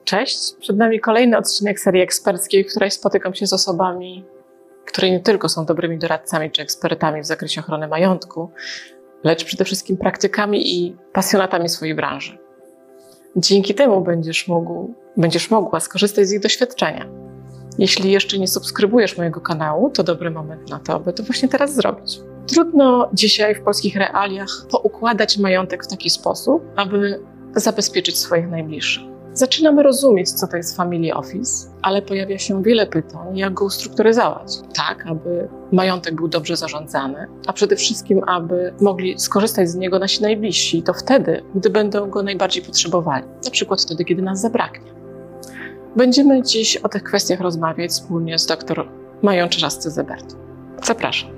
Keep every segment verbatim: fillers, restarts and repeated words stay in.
Cześć, przed nami kolejny odcinek serii eksperckiej, w której spotykam się z osobami, które nie tylko są dobrymi doradcami czy ekspertami w zakresie ochrony majątku, lecz przede wszystkim praktykami i pasjonatami swojej branży. Dzięki temu będziesz mógł, będziesz mogła skorzystać z ich doświadczenia. Jeśli jeszcze nie subskrybujesz mojego kanału, to dobry moment na to, aby to właśnie teraz zrobić. Trudno dzisiaj w polskich realiach poukładać majątek w taki sposób, aby zabezpieczyć swoich najbliższych. Zaczynamy rozumieć, co to jest family office, ale pojawia się wiele pytań, jak go ustrukturyzować, tak, aby majątek był dobrze zarządzany, a przede wszystkim, aby mogli skorzystać z niego nasi najbliżsi, i to wtedy, gdy będą go najbardziej potrzebowali, na przykład wtedy, kiedy nas zabraknie. Będziemy dziś o tych kwestiach rozmawiać wspólnie z dr Mają Czerzasty-Zebert. Zapraszam.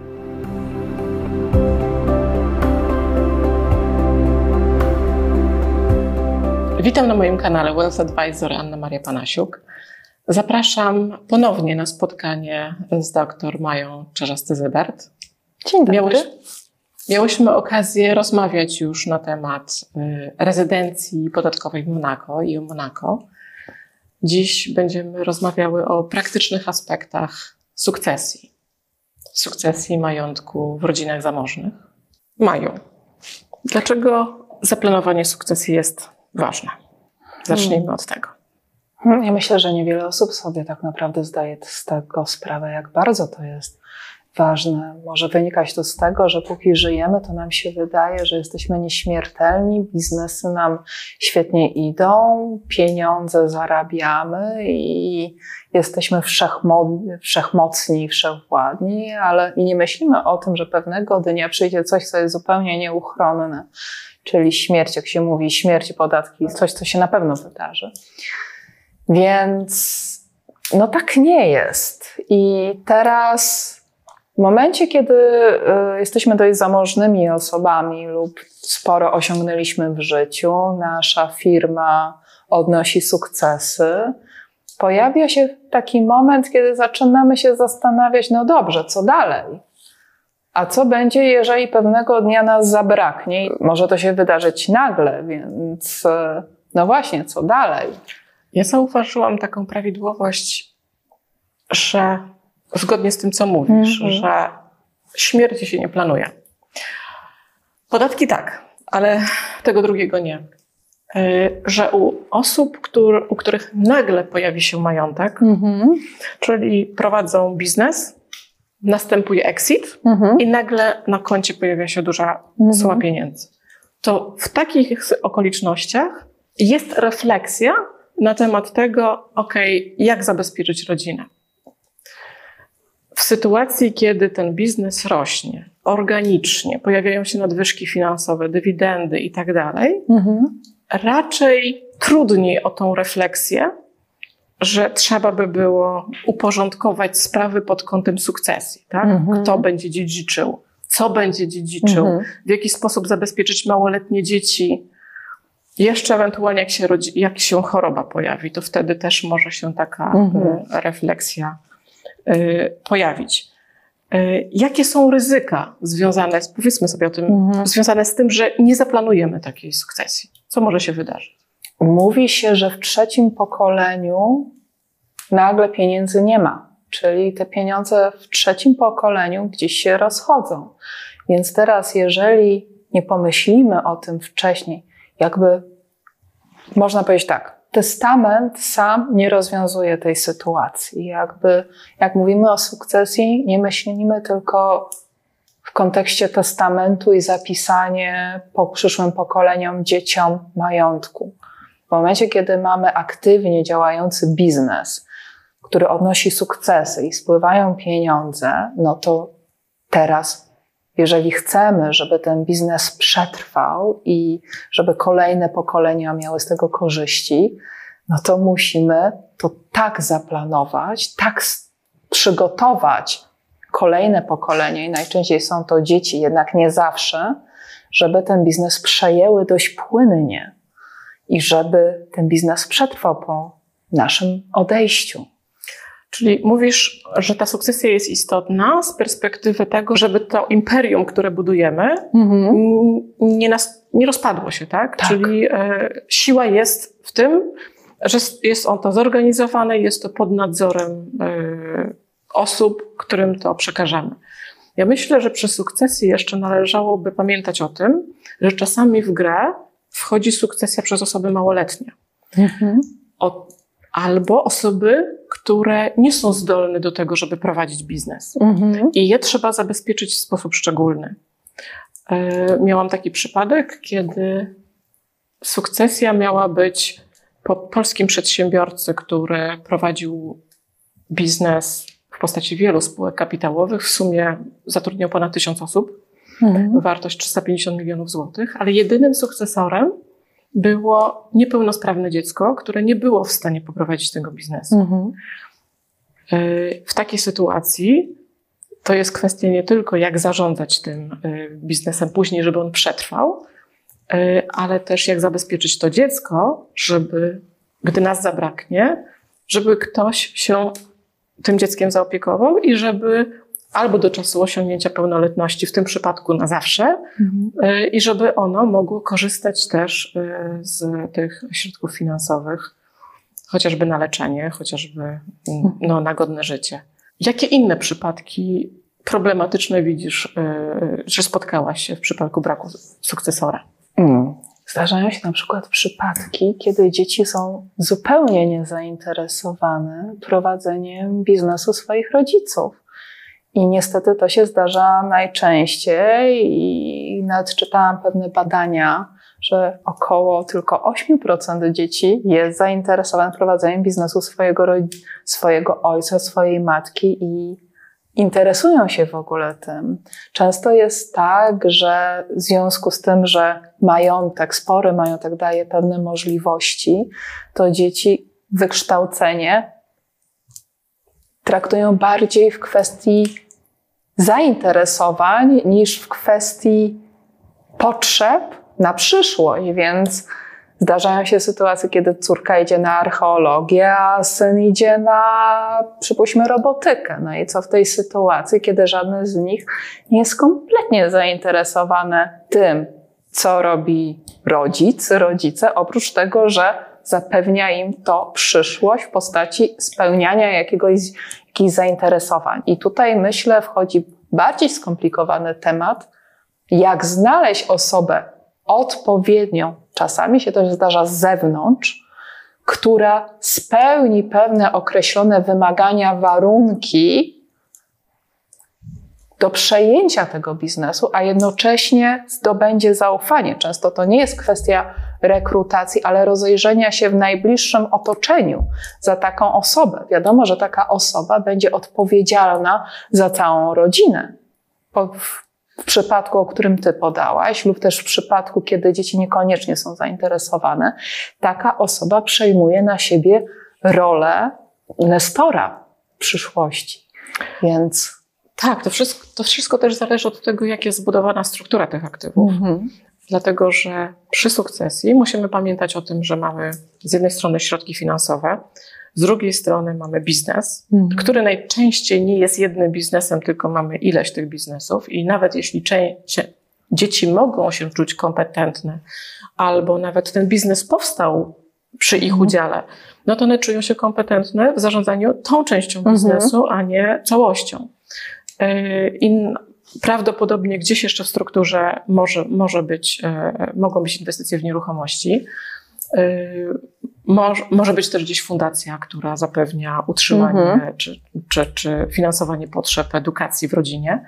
Witam na moim kanale Wealth Advisor Anna Maria Panasiuk. Zapraszam ponownie na spotkanie z dr Mają Czerzasty-Zebert. Dzień dobry. Miałeś, miałyśmy okazję rozmawiać już na temat y, rezydencji podatkowej w Monako i o Monako. Dziś będziemy rozmawiały o praktycznych aspektach sukcesji. Sukcesji majątku w rodzinach zamożnych. Maju, dlaczego zaplanowanie sukcesji jest ważne? Zacznijmy hmm. od tego. Ja myślę, że niewiele osób sobie tak naprawdę zdaje z tego sprawę, jak bardzo to jest ważne. Może wynikać to z tego, że póki żyjemy, to nam się wydaje, że jesteśmy nieśmiertelni, biznesy nam świetnie idą, pieniądze zarabiamy i jesteśmy wszechmo- wszechmocni i wszechwładni, ale i nie myślimy o tym, że pewnego dnia przyjdzie coś, co jest zupełnie nieuchronne, czyli śmierć, jak się mówi, śmierć, podatki, coś, co się na pewno wydarzy. Więc no tak nie jest. I teraz w momencie, kiedy y, jesteśmy dość zamożnymi osobami lub sporo osiągnęliśmy w życiu, nasza firma odnosi sukcesy, pojawia się taki moment, kiedy zaczynamy się zastanawiać, no dobrze, co dalej? A co będzie, jeżeli pewnego dnia nas zabraknie? Może to się wydarzyć nagle, więc no właśnie, co dalej? Ja zauważyłam taką prawidłowość, że zgodnie z tym, co mówisz, mm-hmm. że śmierci się nie planuje. Podatki tak, ale tego drugiego nie. Że u osób, który, u których nagle pojawi się majątek, mm-hmm. czyli prowadzą biznes, następuje exit mm-hmm. i nagle na koncie pojawia się duża mm-hmm. suma pieniędzy. To w takich okolicznościach jest refleksja na temat tego, okej, jak zabezpieczyć rodzinę. W sytuacji, kiedy ten biznes rośnie organicznie, pojawiają się nadwyżki finansowe, dywidendy i tak dalej, raczej trudniej o tą refleksję, że trzeba by było uporządkować sprawy pod kątem sukcesji. Tak? Mhm. Kto będzie dziedziczył, co będzie dziedziczył, mhm. w jaki sposób zabezpieczyć małoletnie dzieci. Jeszcze ewentualnie jak się, rodzi, jak się choroba pojawi, to wtedy też może się taka mhm. refleksja y, pojawić. Y, jakie są ryzyka związane, z, powiedzmy sobie o tym, mhm. związane z tym, że nie zaplanujemy takiej sukcesji? Co może się wydarzyć? Mówi się, że w trzecim pokoleniu nagle pieniędzy nie ma. Czyli te pieniądze w trzecim pokoleniu gdzieś się rozchodzą. Więc teraz, jeżeli nie pomyślimy o tym wcześniej, jakby można powiedzieć tak, testament sam nie rozwiązuje tej sytuacji. Jakby, jak mówimy o sukcesji, nie myślimy tylko w kontekście testamentu i zapisanie po przyszłym pokoleniom, dzieciom majątku. W momencie, kiedy mamy aktywnie działający biznes, który odnosi sukcesy i spływają pieniądze, no to teraz, jeżeli chcemy, żeby ten biznes przetrwał i żeby kolejne pokolenia miały z tego korzyści, no to musimy to tak zaplanować, tak przygotować kolejne pokolenia, i najczęściej są to dzieci, jednak nie zawsze, żeby ten biznes przejęły dość płynnie i żeby ten biznes przetrwał po naszym odejściu. Czyli mówisz, że ta sukcesja jest istotna z perspektywy tego, żeby to imperium, które budujemy, mhm. nie, nas, nie rozpadło się, tak? tak? Czyli e, siła jest w tym, że jest on to zorganizowane, jest to pod nadzorem y, osób, którym to przekażemy. Ja myślę, że przy sukcesji jeszcze należałoby pamiętać o tym, że czasami w grę wchodzi sukcesja przez osoby małoletnie. Mhm. O, albo osoby, które nie są zdolne do tego, żeby prowadzić biznes. Mhm. I je trzeba zabezpieczyć w sposób szczególny. Y, miałam taki przypadek, kiedy sukcesja miała być po polskim przedsiębiorcy, który prowadził biznes w postaci wielu spółek kapitałowych. W sumie zatrudniał ponad tysiąc osób. Mhm. Wartość trzysta pięćdziesiąt milionów złotych, ale jedynym sukcesorem było niepełnosprawne dziecko, które nie było w stanie poprowadzić tego biznesu. Mhm. W takiej sytuacji to jest kwestia nie tylko jak zarządzać tym biznesem później, żeby on przetrwał, ale też jak zabezpieczyć to dziecko, żeby, gdy nas zabraknie, żeby ktoś się tym dzieckiem zaopiekował i żeby albo do czasu osiągnięcia pełnoletności, w tym przypadku na zawsze, mhm. i żeby ono mogło korzystać też z tych środków finansowych, chociażby na leczenie, chociażby no, na godne życie. Jakie inne przypadki problematyczne widzisz, że spotkałaś się w przypadku braku sukcesora? Mm. Zdarzają się na przykład przypadki, kiedy dzieci są zupełnie niezainteresowane prowadzeniem biznesu swoich rodziców. I niestety to się zdarza najczęściej i nawet czytałam pewne badania, że około tylko osiem procent dzieci jest zainteresowanych prowadzeniem biznesu swojego, swojego ojca, swojej matki i interesują się w ogóle tym. Często jest tak, że w związku z tym, że majątek, spory majątek daje pewne możliwości, to dzieci wykształcenie traktują bardziej w kwestii zainteresowań niż w kwestii potrzeb na przyszłość, więc zdarzają się sytuacje, kiedy córka idzie na archeologię, a syn idzie na, przypuśćmy, robotykę. No i co w tej sytuacji, kiedy żadne z nich nie jest kompletnie zainteresowane tym, co robi rodzic, rodzice, oprócz tego, że zapewnia im to przyszłość w postaci spełniania jakiegoś, jakichś zainteresowań. I tutaj, myślę, wchodzi bardziej skomplikowany temat, jak znaleźć osobę odpowiednią, czasami się też zdarza z zewnątrz, która spełni pewne określone wymagania, warunki do przejęcia tego biznesu, a jednocześnie zdobędzie zaufanie. Często to nie jest kwestia rekrutacji, ale rozejrzenia się w najbliższym otoczeniu za taką osobę. Wiadomo, że taka osoba będzie odpowiedzialna za całą rodzinę. W przypadku, o którym ty podałaś, lub też w przypadku, kiedy dzieci niekoniecznie są zainteresowane, taka osoba przejmuje na siebie rolę inwestora w przyszłości. Więc tak, to wszystko, to wszystko też zależy od tego, jak jest zbudowana struktura tych aktywów. Mhm. Dlatego, że przy sukcesji musimy pamiętać o tym, że mamy z jednej strony środki finansowe, z drugiej strony mamy biznes, mhm. który najczęściej nie jest jednym biznesem, tylko mamy ileś tych biznesów i nawet jeśli część, dzieci mogą się czuć kompetentne albo nawet ten biznes powstał przy ich mhm. udziale, no to one czują się kompetentne w zarządzaniu tą częścią biznesu, mhm. a nie całością. I prawdopodobnie gdzieś jeszcze w strukturze może, może być, mogą być inwestycje w nieruchomości. Może, może być też gdzieś fundacja, która zapewnia utrzymanie mhm. czy, czy, czy finansowanie potrzeb edukacji w rodzinie.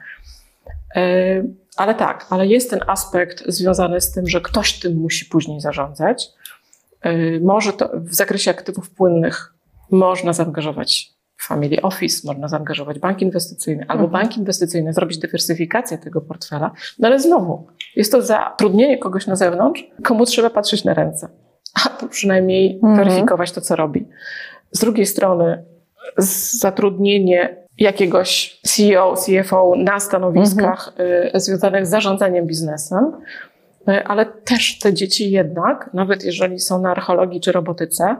Ale tak, ale jest ten aspekt związany z tym, że ktoś tym musi później zarządzać. Może to w zakresie aktywów płynnych można zaangażować family office, można zaangażować bank inwestycyjny albo mhm. bank inwestycyjny, zrobić dywersyfikację tego portfela, no ale znowu jest to zatrudnienie kogoś na zewnątrz, komu trzeba patrzeć na ręce, albo przynajmniej mhm. weryfikować to, co robi. Z drugiej strony zatrudnienie jakiegoś C E O, C F O na stanowiskach mhm. związanych z zarządzaniem biznesem, ale też te dzieci jednak, nawet jeżeli są na archeologii czy robotyce,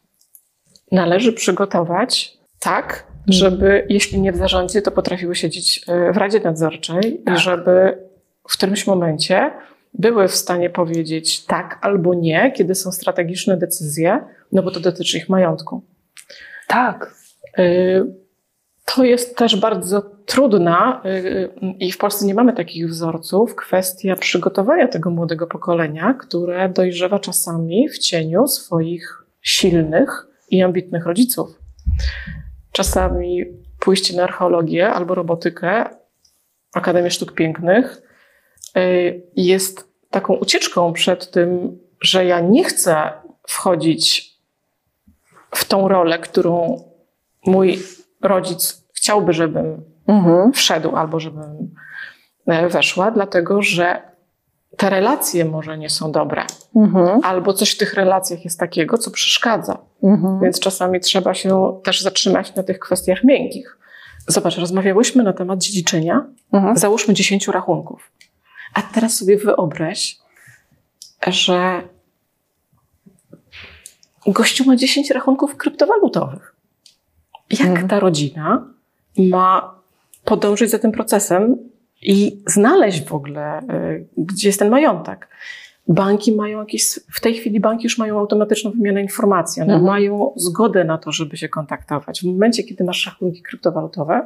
należy przygotować tak, żeby jeśli nie w zarządzie, to potrafiły siedzieć w Radzie Nadzorczej tak. i żeby w którymś momencie były w stanie powiedzieć tak albo nie, kiedy są strategiczne decyzje, no bo to dotyczy ich majątku. Tak. To jest też bardzo trudna i w Polsce nie mamy takich wzorców, kwestia przygotowania tego młodego pokolenia, które dojrzewa czasami w cieniu swoich silnych i ambitnych rodziców. Czasami pójście na archeologię albo robotykę, Akademię Sztuk Pięknych jest taką ucieczką przed tym, że ja nie chcę wchodzić w tą rolę, którą mój rodzic chciałby, żebym mhm. wszedł albo żebym weszła, dlatego że te relacje może nie są dobre. Mhm. Albo coś w tych relacjach jest takiego, co przeszkadza. Mhm. Więc czasami trzeba się też zatrzymać na tych kwestiach miękkich. Zobacz, rozmawiałyśmy na temat dziedziczenia. Mhm. Załóżmy dziesięciu rachunków. A teraz sobie wyobraź, że gościu ma dziesięć rachunków kryptowalutowych. Jak mhm. ta rodzina ma podążyć za tym procesem i znaleźć w ogóle, gdzie jest ten majątek? Banki mają jakieś, w tej chwili banki już mają automatyczną wymianę informacji, one mhm. mają zgodę na to, żeby się kontaktować. W momencie, kiedy masz rachunki kryptowalutowe,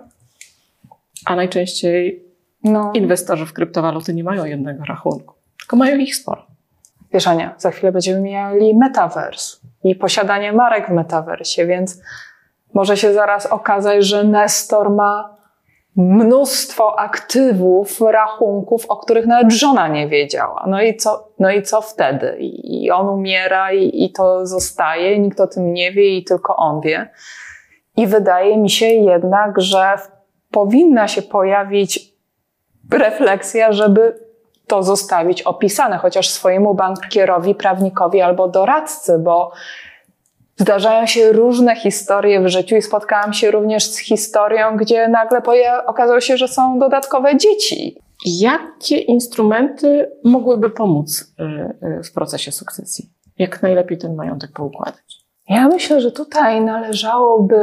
a najczęściej no. inwestorzy w kryptowaluty nie mają jednego rachunku, tylko mają ich sporo. Wiesz, Ania, za chwilę będziemy mieli metaverse i posiadanie marek w metaversie, więc może się zaraz okazać, że Nestor ma mnóstwo aktywów, rachunków, o których nawet żona nie wiedziała. No i co, no i co wtedy? I on umiera i, i to zostaje, nikt o tym nie wie i tylko on wie. I wydaje mi się jednak, że powinna się pojawić refleksja, żeby to zostawić opisane, chociaż swojemu bankierowi, prawnikowi albo doradcy, bo zdarzają się różne historie w życiu i spotkałam się również z historią, gdzie nagle okazało się, że są dodatkowe dzieci. Jakie instrumenty mogłyby pomóc w procesie sukcesji? Jak najlepiej ten majątek poukładać? Ja myślę, że tutaj należałoby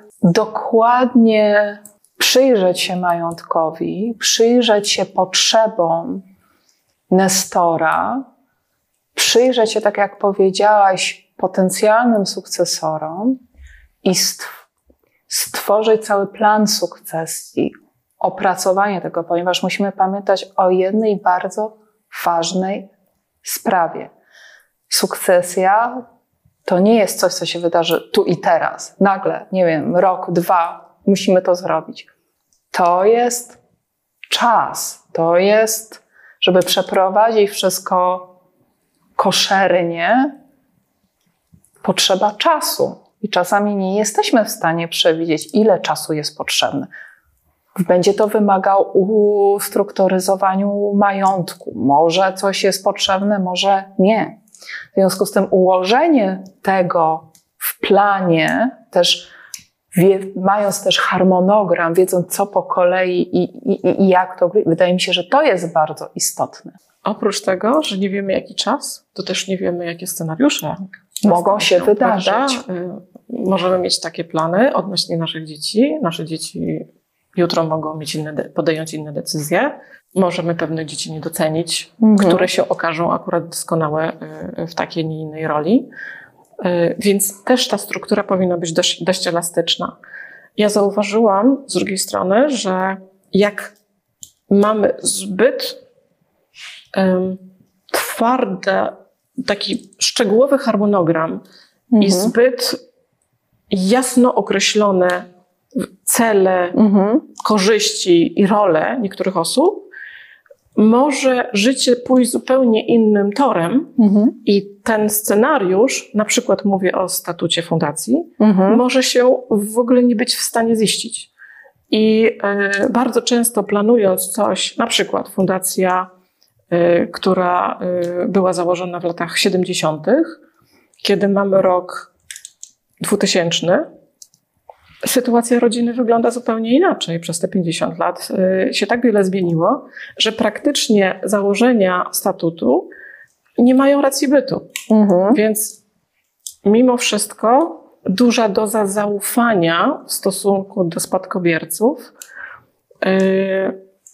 dokładnie przyjrzeć się majątkowi, przyjrzeć się potrzebom Nestora, przyjrzeć się, tak jak powiedziałaś, potencjalnym sukcesorom i stworzyć cały plan sukcesji, opracowanie tego, ponieważ musimy pamiętać o jednej bardzo ważnej sprawie. Sukcesja to nie jest coś, co się wydarzy tu i teraz. Nagle, nie wiem, rok, dwa, musimy to zrobić. To jest czas, to jest, żeby przeprowadzić wszystko koszernie, potrzeba czasu. I czasami nie jesteśmy w stanie przewidzieć, ile czasu jest potrzebne. Będzie to wymagało ustrukturyzowaniu majątku. Może coś jest potrzebne, może nie. W związku z tym ułożenie tego w planie, też wie, mając też harmonogram, wiedząc co po kolei i, i, i jak to, wydaje mi się, że to jest bardzo istotne. Oprócz tego, że nie wiemy jaki czas, to też nie wiemy jakie scenariusze mogą się wydarzyć. Prawda? Możemy mieć takie plany odnośnie naszych dzieci. Nasze dzieci jutro mogą mieć inne, podjąć inne decyzje. Możemy pewnych dzieci nie docenić, mhm. które się okażą akurat doskonałe w takiej, nie innej roli. Więc też ta struktura powinna być dość, dość elastyczna. Ja zauważyłam z drugiej strony, że jak mamy zbyt um, twarde, taki szczegółowy harmonogram mhm. i zbyt jasno określone cele, mhm. korzyści i role niektórych osób, może życie pójść zupełnie innym torem mhm. i ten scenariusz, na przykład mówię o statucie fundacji, mhm. może się w ogóle nie być w stanie ziścić. I y, bardzo często planując coś, na przykład fundacja, y, która y, była założona w latach siedemdziesiątych, kiedy mamy rok dwutysięczny, sytuacja rodziny wygląda zupełnie inaczej. Przez te pięćdziesiąt lat y, się tak wiele zmieniło, że praktycznie założenia statutu nie mają racji bytu. Mhm. Więc mimo wszystko duża doza zaufania w stosunku do spadkobierców y,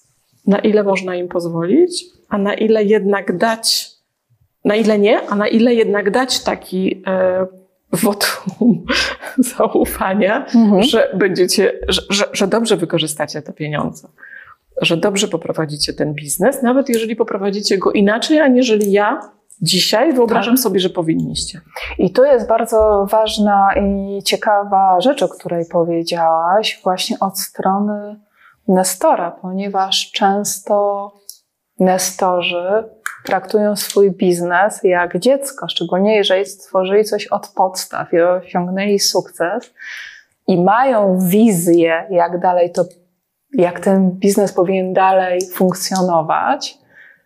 na ile można im pozwolić, a na ile jednak dać, na ile nie, a na ile jednak dać taki e, wotum zaufania, mhm. że będziecie, że, że, że dobrze wykorzystacie te pieniądze, że dobrze poprowadzicie ten biznes, nawet jeżeli poprowadzicie go inaczej, aniżeli ja dzisiaj wyobrażam tak. sobie, że powinniście. I tu jest bardzo ważna i ciekawa rzecz, o której powiedziałaś, właśnie od strony nestora, ponieważ często nestorzy traktują swój biznes jak dziecko, szczególnie jeżeli stworzyli coś od podstaw i osiągnęli sukces i mają wizję, jak dalej to, jak ten biznes powinien dalej funkcjonować.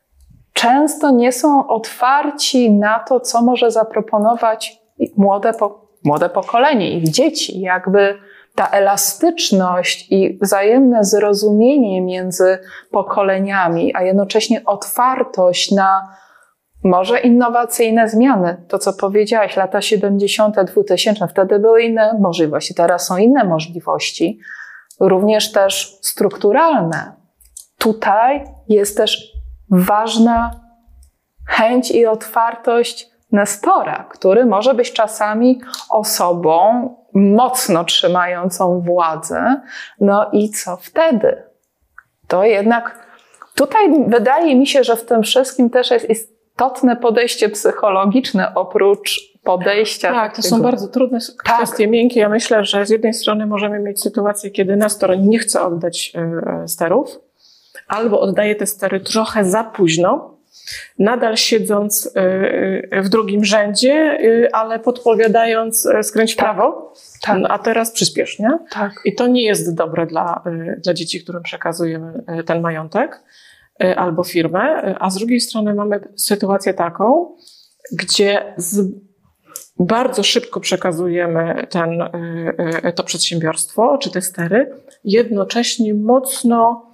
Często nie są otwarci na to, co może zaproponować młode, po, młode pokolenie, ich dzieci. Jakby ta elastyczność i wzajemne zrozumienie między pokoleniami, a jednocześnie otwartość na może innowacyjne zmiany. To, co powiedziałaś, lata siedemdziesiąte, dwutysięczne, wtedy były inne możliwości, teraz są inne możliwości, również też strukturalne. Tutaj jest też ważna chęć i otwartość nestora, który może być czasami osobą mocno trzymającą władzę. No i co wtedy? To jednak tutaj wydaje mi się, że w tym wszystkim też jest istotne podejście psychologiczne oprócz podejścia. Tak, to takiego. są bardzo trudne kwestie tak. miękkie. Ja myślę, że z jednej strony możemy mieć sytuację, kiedy nestor nie chce oddać sterów, albo oddaje te stery trochę za późno, nadal siedząc w drugim rzędzie, ale podpowiadając skręć w prawo, tak. a teraz przyspiesz, nie? Tak. I to nie jest dobre dla, dla dzieci, którym przekazujemy ten majątek albo firmę, a z drugiej strony mamy sytuację taką, gdzie z, bardzo szybko przekazujemy ten, to przedsiębiorstwo, czy te stery, jednocześnie mocno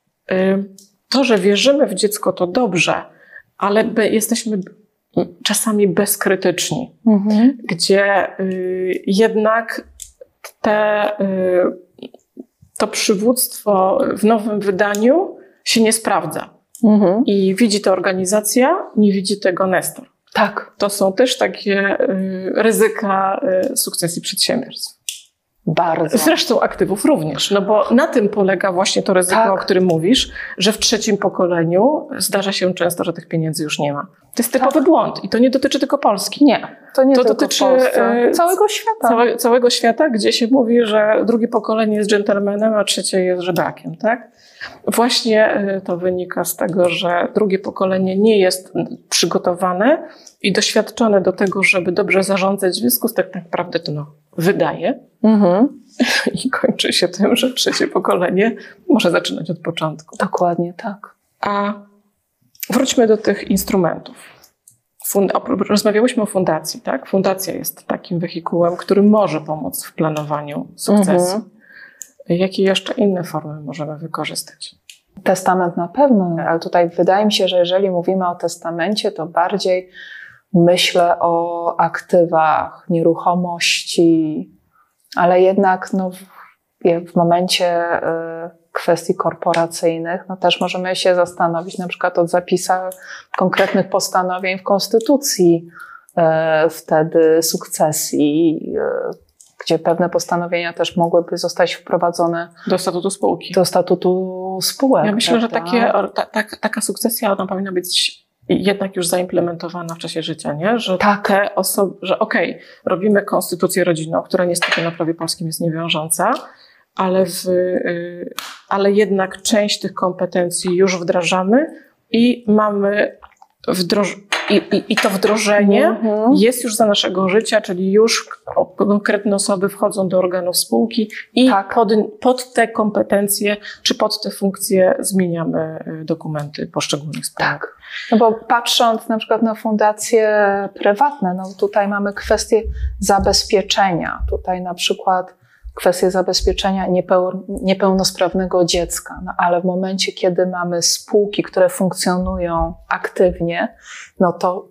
to, że wierzymy w dziecko, to dobrze, ale be, jesteśmy czasami bezkrytyczni, mhm. gdzie y, jednak te, y, to przywództwo w nowym wydaniu się nie sprawdza. Mhm. I widzi to organizacja, nie widzi tego nestor. Tak. To są też takie y, ryzyka y, sukcesji przedsiębiorstw. Bardzo. Zresztą aktywów również, no bo na tym polega właśnie to ryzyko, tak. o którym mówisz, że w trzecim pokoleniu zdarza się często, że tych pieniędzy już nie ma. To jest typowy tak. błąd i to nie dotyczy tylko Polski. Nie, to nie to tylko dotyczy Polsce. Całego świata. Całe, całego świata, gdzie się mówi, że drugie pokolenie jest dżentelmenem, a trzecie jest żebrakiem, tak? Właśnie to wynika z tego, że drugie pokolenie nie jest przygotowane i doświadczone do tego, żeby dobrze zarządzać, w związku z tak naprawdę to no, wydaje. Mhm. I kończy się tym, że trzecie pokolenie może zaczynać od początku. Dokładnie tak. A wróćmy do tych instrumentów. Fund- rozmawiałyśmy o fundacji, tak? Fundacja jest takim wehikułem, który może pomóc w planowaniu sukcesu. Mhm. Jakie jeszcze inne formy możemy wykorzystać? Testament na pewno, ale tutaj wydaje mi się, że jeżeli mówimy o testamencie, to bardziej myślę o aktywach, nieruchomości, ale jednak no, w momencie kwestii korporacyjnych no, też możemy się zastanowić na przykład o zapisach konkretnych postanowień w konstytucji wtedy sukcesji, gdzie pewne postanowienia też mogłyby zostać wprowadzone do statutu spółki. Do statutu spółek. Ja myślę, prawda? że takie, ta, ta, taka sukcesja ona powinna być jednak już zaimplementowana w czasie życia, nie? Że tak. te osoby, że okej, okay, robimy konstytucję rodzinną, która niestety na prawie polskim jest niewiążąca, ale, w, ale jednak część tych kompetencji już wdrażamy i mamy wdroż- i, i, i to wdrożenie mhm. jest już za naszego życia, czyli już konkretne osoby wchodzą do organów spółki i tak. pod, pod te kompetencje czy pod te funkcje zmieniamy dokumenty poszczególnych spółek. Tak. No bo patrząc na przykład na fundacje prywatne, no tutaj mamy kwestię zabezpieczenia. Tutaj na przykład kwestię zabezpieczenia niepeł- niepełnosprawnego dziecka. No ale w momencie, kiedy mamy spółki, które funkcjonują aktywnie, no to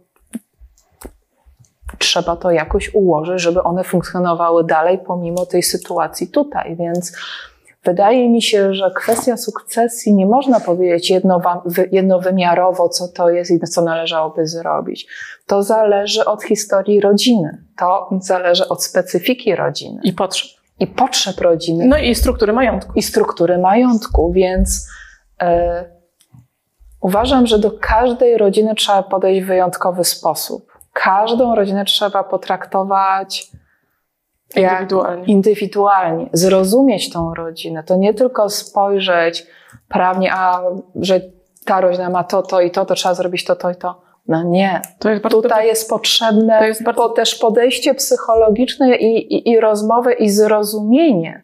trzeba to jakoś ułożyć, żeby one funkcjonowały dalej pomimo tej sytuacji tutaj. Więc wydaje mi się, że kwestia sukcesji nie można powiedzieć jednowa, jednowymiarowo, co to jest i co należałoby zrobić. To zależy od historii rodziny. To zależy od specyfiki rodziny. I potrzeb. I potrzeb rodziny. No i struktury majątku. I struktury majątku, więc e, uważam, że do każdej rodziny trzeba podejść w wyjątkowy sposób. Każdą rodzinę trzeba potraktować indywidualnie. indywidualnie, zrozumieć tą rodzinę. To nie tylko spojrzeć prawnie, a że ta rodzina ma to, to i to, to trzeba zrobić to, to i to. No nie. To jest bardzo Tutaj dobre. jest potrzebne To jest bardzo... po, też podejście psychologiczne i, i, i rozmowę i zrozumienie,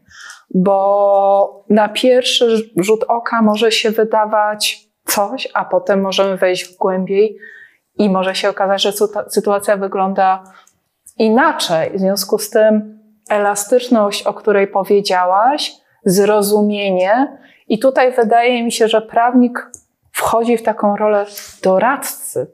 bo na pierwszy rzut oka może się wydawać coś, a potem możemy wejść w głębiej i może się okazać, że sytuacja wygląda inaczej. W związku z tym elastyczność, o której powiedziałaś, zrozumienie i tutaj wydaje mi się, że prawnik wchodzi w taką rolę doradcy,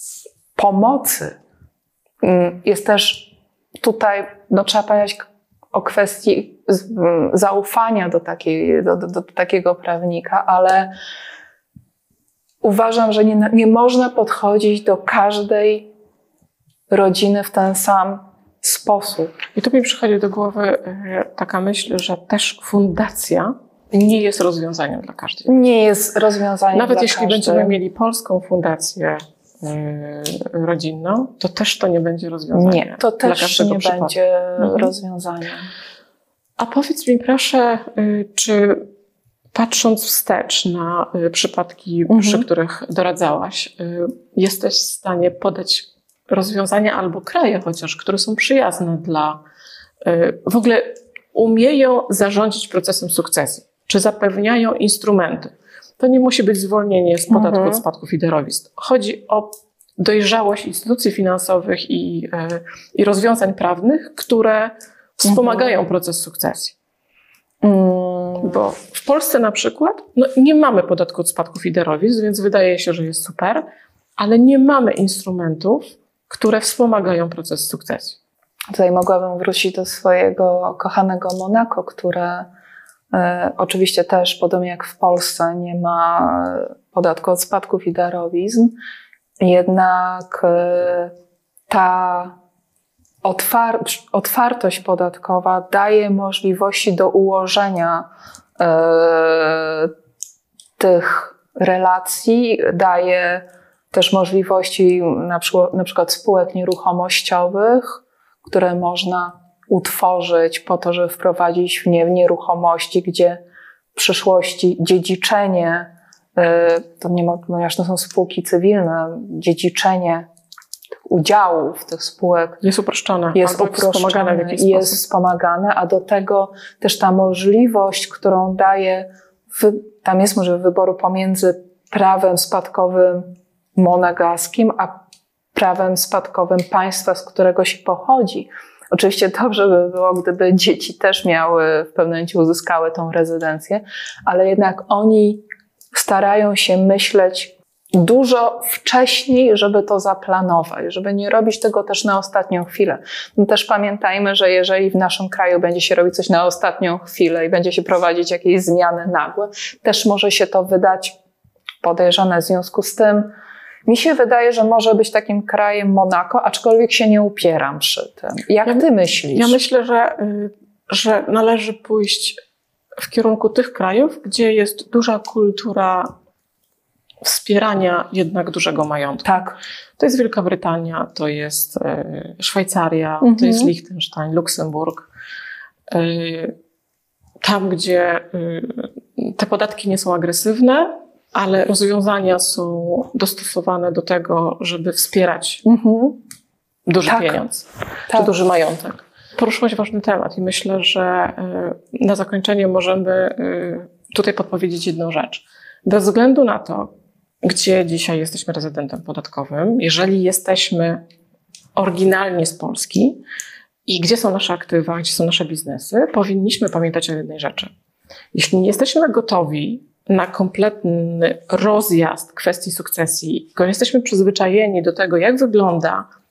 pomocy. Jest też tutaj, no trzeba pamiętać o kwestii zaufania do, takiej, do, do, do takiego prawnika, ale uważam, że nie, nie można podchodzić do każdej rodziny w ten sam sposób. I tu mi przychodzi do głowy taka myśl, że też fundacja nie jest rozwiązaniem dla każdej. Nie jest rozwiązaniem Nawet dla jeśli każdej. będziemy mieli polską fundację yy, rodzinną, to też to nie będzie rozwiązanie. Nie, to dla też każdego nie przypadku. będzie mhm. rozwiązaniem. A powiedz mi proszę, yy, czy patrząc wstecz na yy, przypadki, mhm. przy których doradzałaś, yy, jesteś w stanie podać rozwiązania albo kraje chociaż, które są przyjazne dla, yy, w ogóle umieją zarządzić procesem sukcesji, czy zapewniają instrumenty. To nie musi być zwolnienie z podatku mhm. od spadków i darowizn. Chodzi o dojrzałość instytucji finansowych i, yy, i rozwiązań prawnych, które wspomagają mhm. proces sukcesji. Mm. Bo w Polsce na przykład no, nie mamy podatku od spadków i darowizn, więc wydaje się, że jest super, ale nie mamy instrumentów, które wspomagają proces sukcesji. Tutaj mogłabym wrócić do swojego kochanego Monako, które e, oczywiście też, podobnie jak w Polsce, nie ma podatku od spadków i darowizn, jednak e, ta otwar otwartość podatkowa daje możliwości do ułożenia e, tych relacji, daje też możliwości na przykład, na przykład spółek nieruchomościowych, które można utworzyć po to, żeby wprowadzić w nie w nieruchomości, gdzie w przyszłości dziedziczenie, to nie ma, ponieważ to są spółki cywilne, dziedziczenie tych udziałów tych spółek jest uproszczone, jest uproszczone, w jakiś jest sposób. wspomagane, a do tego też ta możliwość, którą daje, tam jest możliwość wyboru pomiędzy prawem spadkowym monegaskim, a prawem spadkowym państwa, z którego się pochodzi. Oczywiście dobrze by było, gdyby dzieci też miały, w pewnym momencie uzyskały tą rezydencję, ale jednak oni starają się myśleć dużo wcześniej, żeby to zaplanować, żeby nie robić tego też na ostatnią chwilę. No też pamiętajmy, że jeżeli w naszym kraju będzie się robić coś na ostatnią chwilę i będzie się prowadzić jakieś zmiany nagłe, też może się to wydać podejrzane. W związku z tym mi się wydaje, że może być takim krajem Monako, aczkolwiek się nie upieram przy tym. Jak ja, ty myślisz? Ja myślę, że, że należy pójść w kierunku tych krajów, gdzie jest duża kultura wspierania jednak dużego majątku. Tak. To jest Wielka Brytania, to jest Szwajcaria, mhm. to jest Liechtenstein, Luksemburg. Tam, gdzie te podatki nie są agresywne, ale rozwiązania są dostosowane do tego, żeby wspierać mhm. duży tak. pieniądz, tak. czy duży majątek. Poruszyłaś ważny temat i myślę, że na zakończenie możemy tutaj podpowiedzieć jedną rzecz. Bez względu na to, gdzie dzisiaj jesteśmy rezydentem podatkowym, jeżeli jesteśmy oryginalnie z Polski i gdzie są nasze aktywa, gdzie są nasze biznesy, powinniśmy pamiętać o jednej rzeczy. Jeśli nie jesteśmy gotowi na kompletny rozjazd kwestii sukcesji, tylko jesteśmy przyzwyczajeni do tego, jak wygląda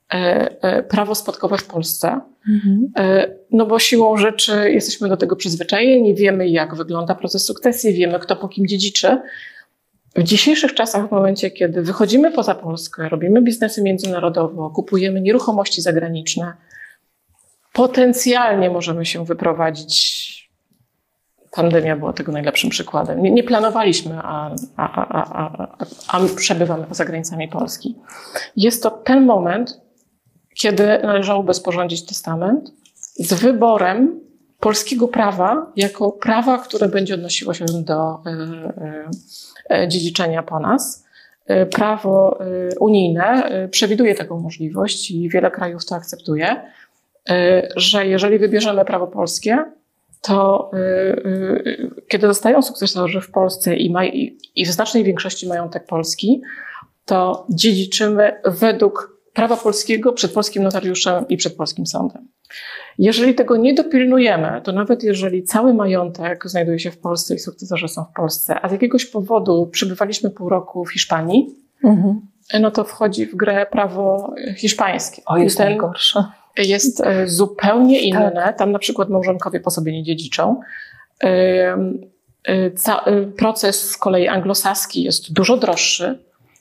prawo spadkowe w Polsce, mhm. no bo siłą rzeczy jesteśmy do tego przyzwyczajeni, wiemy jak wygląda proces sukcesji, wiemy kto po kim dziedziczy. W dzisiejszych czasach, w momencie kiedy wychodzimy poza Polskę, robimy biznesy międzynarodowo, kupujemy nieruchomości zagraniczne, potencjalnie możemy się wyprowadzić. Pandemia była tego najlepszym przykładem. Nie, nie planowaliśmy, a, a, a, a, a przebywamy poza granicami Polski. Jest to ten moment, kiedy należałoby sporządzić testament z wyborem polskiego prawa jako prawa, które będzie odnosiło się do y, y, dziedziczenia po nas. Prawo y, unijne y, przewiduje taką możliwość i wiele krajów to akceptuje, y, że jeżeli wybierzemy prawo polskie, to y, y, kiedy zostają sukcesorzy w Polsce i, ma, i, i w znacznej większości majątek polski, to dziedziczymy według prawa polskiego przed polskim notariuszem i przed polskim sądem. Jeżeli tego nie dopilnujemy, to nawet jeżeli cały majątek znajduje się w Polsce i sukcesorzy są w Polsce, a z jakiegoś powodu przebywaliśmy pół roku w Hiszpanii, mhm. no to wchodzi w grę prawo hiszpańskie. O, jest najgorsze. Jest zupełnie inne. Tak. Tam na przykład małżonkowie po sobie nie dziedziczą. Proces z kolei anglosaski jest dużo droższy.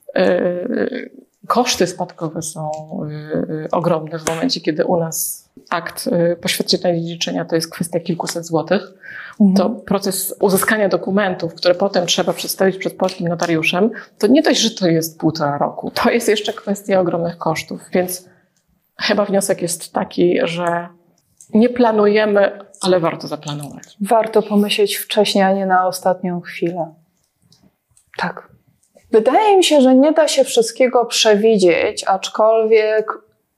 Koszty spadkowe są ogromne w momencie, kiedy u nas akt poświadczenia dziedziczenia to jest kwestia kilkuset złotych. Mhm. To proces uzyskania dokumentów, które potem trzeba przedstawić przed polskim notariuszem, to nie dość, że to jest półtora roku. To jest jeszcze kwestia ogromnych kosztów. Więc chyba wniosek jest taki, że nie planujemy, ale warto zaplanować. Warto pomyśleć wcześniej, a nie na ostatnią chwilę. Tak. Wydaje mi się, że nie da się wszystkiego przewidzieć, aczkolwiek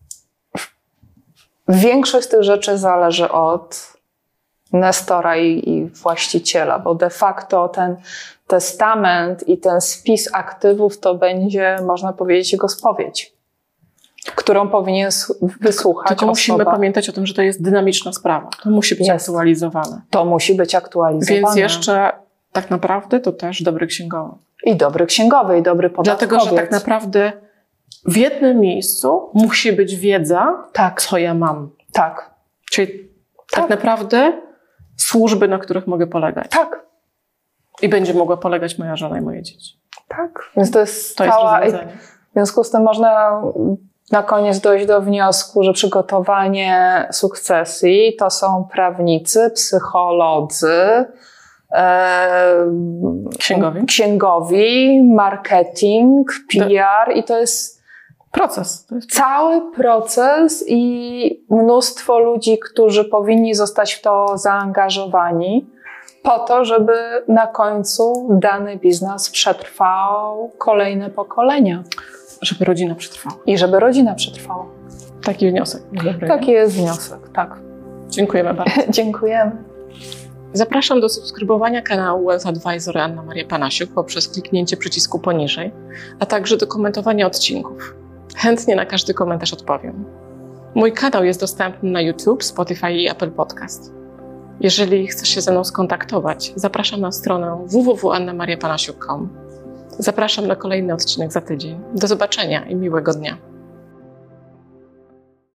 większość z tych rzeczy zależy od nestora i, i właściciela, bo de facto ten testament i ten spis aktywów to będzie, można powiedzieć, jego spowiedź, którą powinien wysłuchać Tylko osoba. Musimy pamiętać o tym, że to jest dynamiczna sprawa. To musi być jest. aktualizowane. To musi być aktualizowane. Więc jeszcze tak naprawdę to też dobry księgowy. I dobry księgowy, i dobry podatkowiec. Dlatego, że tak naprawdę w jednym miejscu musi być wiedza, tak. co ja mam. Tak. Czyli tak, tak naprawdę służby, na których mogę polegać. Tak. I będzie mogła polegać moja żona i moje dzieci. Tak. Więc to jest to cała... jest rozwiązanie. W związku z tym można na koniec dojść do wniosku, że przygotowanie sukcesji to są prawnicy, psycholodzy, Księgowi. księgowi, marketing, P R i to jest proces. To jest cały proces i mnóstwo ludzi, którzy powinni zostać w to zaangażowani po to, żeby na końcu dany biznes przetrwał kolejne pokolenia. Żeby rodzina przetrwała. I żeby rodzina przetrwała. Taki wniosek. Dobry, Taki nie? jest wniosek, tak. Dziękujemy bardzo. Dziękujemy. Zapraszam do subskrybowania kanału Wealth Advisor Anna Maria Panasiuk poprzez kliknięcie przycisku poniżej, a także do komentowania odcinków. Chętnie na każdy komentarz odpowiem. Mój kanał jest dostępny na YouTube, Spotify i Apple Podcast. Jeżeli chcesz się ze mną skontaktować, zapraszam na stronę w w w kropka anna maria panasiuk kropka com. Zapraszam na kolejny odcinek za tydzień. Do zobaczenia i miłego dnia.